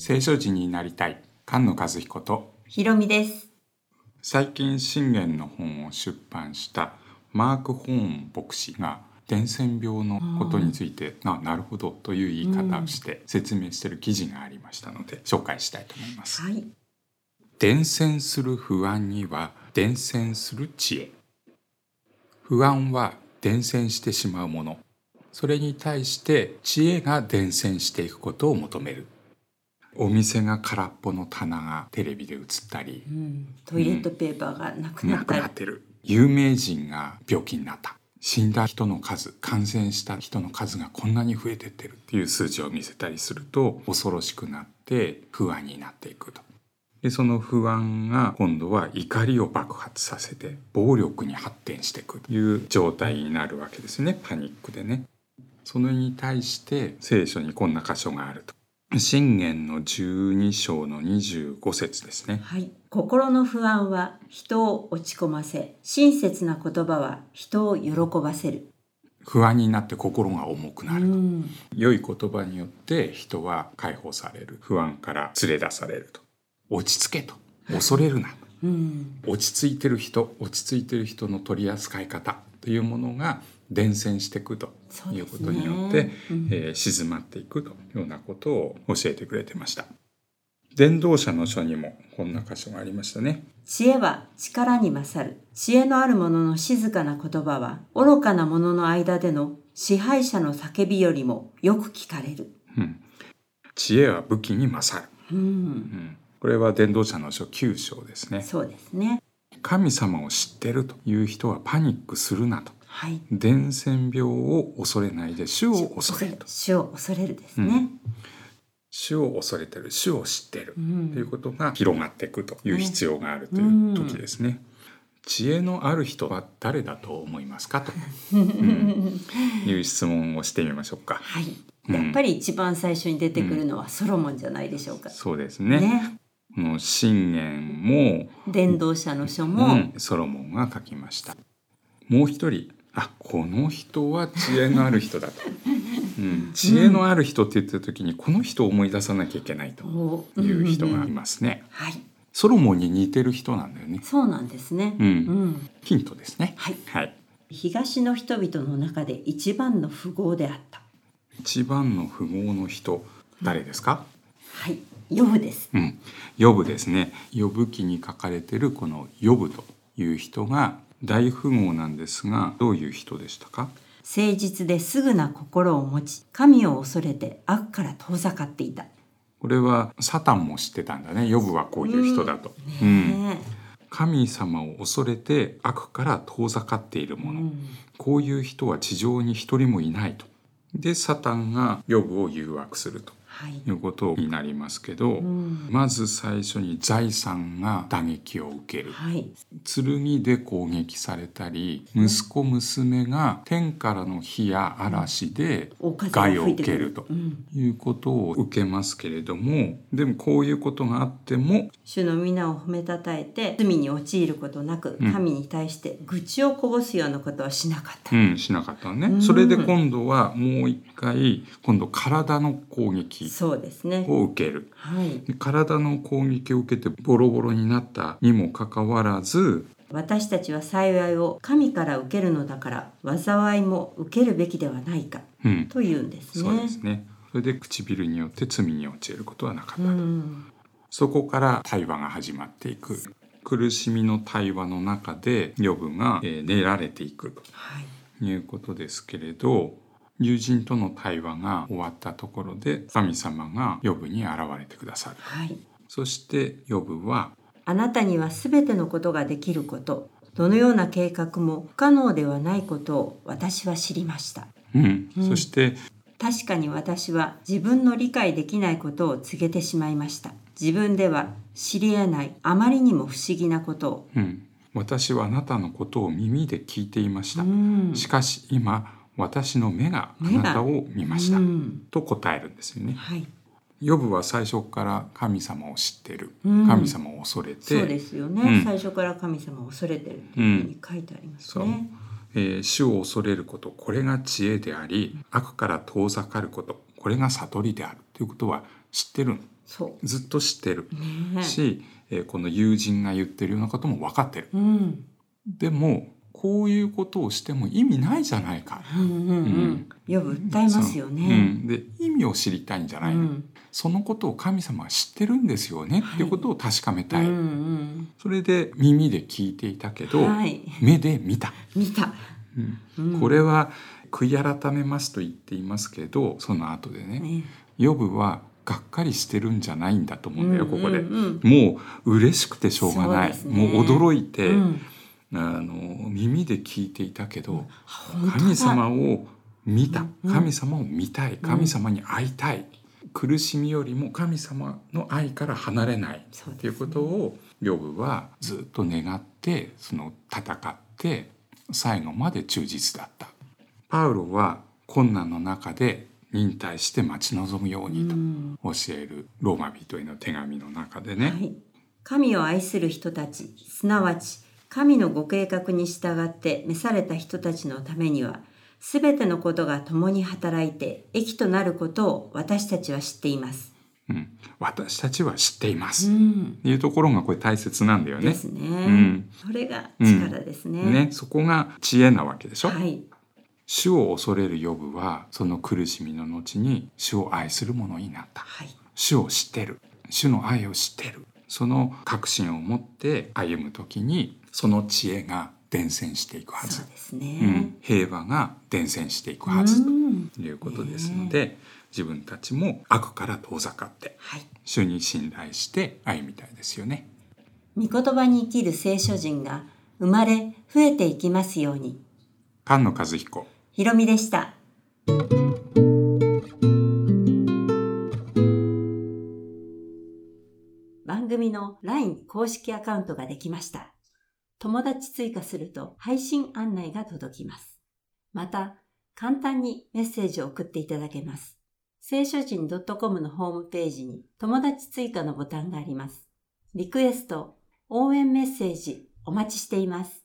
聖書人になりたい菅野和彦とひろみです。 最近信玄の本を出版したマーク・ホーン牧師が伝染病のことについてなるほどという言い方をして説明している記事がありましたので紹介したいと思います。 はい、 伝染する不安には伝染する知恵。不安は伝染してしまうもの、それに対して知恵が伝染していくことを求める。お店が空っぽの棚がテレビで映ったり、 トイレットペーパーがなくなったり、 有名人が病気になった、死んだ人の数、感染した人の数がこんなに増えてってるっていう数字を見せたりすると恐ろしくなって不安になっていくと。でその不安が今度は怒りを爆発させて暴力に発展していくという状態になるわけですね。パニックでね。それに対して聖書にこんな箇所があると。箴言の12章の25節ですね。 はい、心の不安は人を落ち込ませ、親切な言葉は人を喜ばせる。 不安になって心が重くなると。良い言葉によって人は解放される。不安から連れ出されると。落ち着けと。恐れるな。落ち着いてる人の取り扱い方というものが伝染していくということによって、静まっていくというようなことを教えてくれてました。伝道者の書にもこんな箇所がありましたね。 知恵は力に勝る。知恵のある者の静かな言葉は愚かな者の間での支配者の叫びよりもよく聞かれる。 知恵は武器に勝る。これは伝道者の書9章ですね。 そうですね。 神様を知ってるという人はパニックするなと。 はい、 伝染病を恐れないで主を恐れると。 主を恐れるですね。 主を恐れてる、主を知ってるということが広がっていくという必要があるという時ですね。知恵のある人は誰だと思いますかと、いう質問をしてみましょうか。 はい、やっぱり一番最初に出てくるのはソロモンじゃないでしょうか。 そうですね。箴言も伝道者の書も、 ソロモンが書きました。もう一人、この人は知恵のある人だと、知恵のある人って言ってる時にこの人を思い出さなきゃいけないという人がいますね。 はい、 ソロモンに似てる人なんだよね。 そうなんですね。 ヒントですね。 はい、東の人々の中で一番の富豪であった。 一番の富豪の人、誰ですか？ はい、ヨブです。 ヨブですね。ヨブ記に書かれているこのヨブという人が大富豪なんですが、どういう人でしたか？ 誠実ですぐな心を持ち、神を恐れて悪から遠ざかっていた。 これはサタンも知ってたんだね。ヨブはこういう人だと。神様を恐れて悪から遠ざかっている者、こういう人は地上に一人もいないと。でサタンがヨブを誘惑するということになりますけど、まず最初に財産が打撃を受ける、剣で攻撃されたり、息子娘が天からの火や嵐で害を受けるということを受けますけれども、でもこういうことがあっても主の皆を褒めたたえて罪に陥ることなく、神に対して愚痴をこぼすようなことはしなかった。 しなかったね。それで今度はもう一回今度体の攻撃そうですねを受ける。体の攻撃を受けてボロボロになったにもかかわらず、 私たちは幸いを神から受けるのだから災いも受けるべきではないか、というんですね。 そうですね。それで唇によって罪に陥ることはなかったと。そこから対話が始まっていく。苦しみの対話の中でヨブが練られていくということですけれど、友人との対話が終わったところで神様がヨブに現れてくださる。そしてヨブは、 あなたにはすべてのことができること、どのような計画も不可能ではないことを私は知りました。 そして確かに私は自分の理解できないことを告げてしまいました。自分では知り得ないあまりにも不思議なことを。 私はあなたのことを耳で聞いていました。しかし今私の目があなたを見ました、と答えるんですよね。ヨブは最初から神様を知っている、神様を恐れて、 そうですよね、最初から神様を恐れてるっていうふうに書いてありますね。 主を恐れること、これが知恵であり、悪から遠ざかること、これが悟りであるということは知ってる。 そうずっと知ってるねし、この友人が言ってるようなことも分かってる。でもこういうことをしても意味ないじゃないか。 ヨブ訴えますよね。 で意味を知りたいんじゃないの、そのことを神様は知ってるんですよね、っていうことを確かめたい。それで耳で聞いていたけど、目で見た。これは悔い改めますと言っていますけど、その後でね、ヨブはがっかりしてるんじゃないんだと思うんだよ、ここで。もう嬉しくてしょうがない。もう驚いて、耳で聞いていたけど、神様を見た。神様を見たい。神様に会いたい。苦しみよりも神様の愛から離れないっていうことをヨブはずっと願って、その戦って最後まで忠実だった。パウロは困難の中で忍耐して待ち望むようにと教えるローマ人への手紙の中でね、 神を愛する人たち、すなわち神のご計画に従って召された人たちのためには、すべてのことが共に働いて益となることを私たちは知っています。 私たちは知っています、っていうところがこれ大切なんだよね。 ですね。それが力ですね。 そこが知恵なわけでしょ。主を恐れるヨブはその苦しみの後に主を愛する者になった。主を知ってる。主の愛を知ってる。その確信を持って歩むときに、その知恵が伝染していくはず。 そうですね。 平和が伝染していくはずということですので、自分たちも悪から遠ざかって、主に信頼して歩みたいですよね。 御言葉に生きる聖書人が生まれ増えていきますように。 菅野和彦、 ひろみでした。番組の LINE 公式アカウントができました。友達追加すると配信案内が届きます。また、簡単にメッセージを送っていただけます。聖書人 .com のホームページに友達追加のボタンがあります。リクエスト、応援メッセージお待ちしています。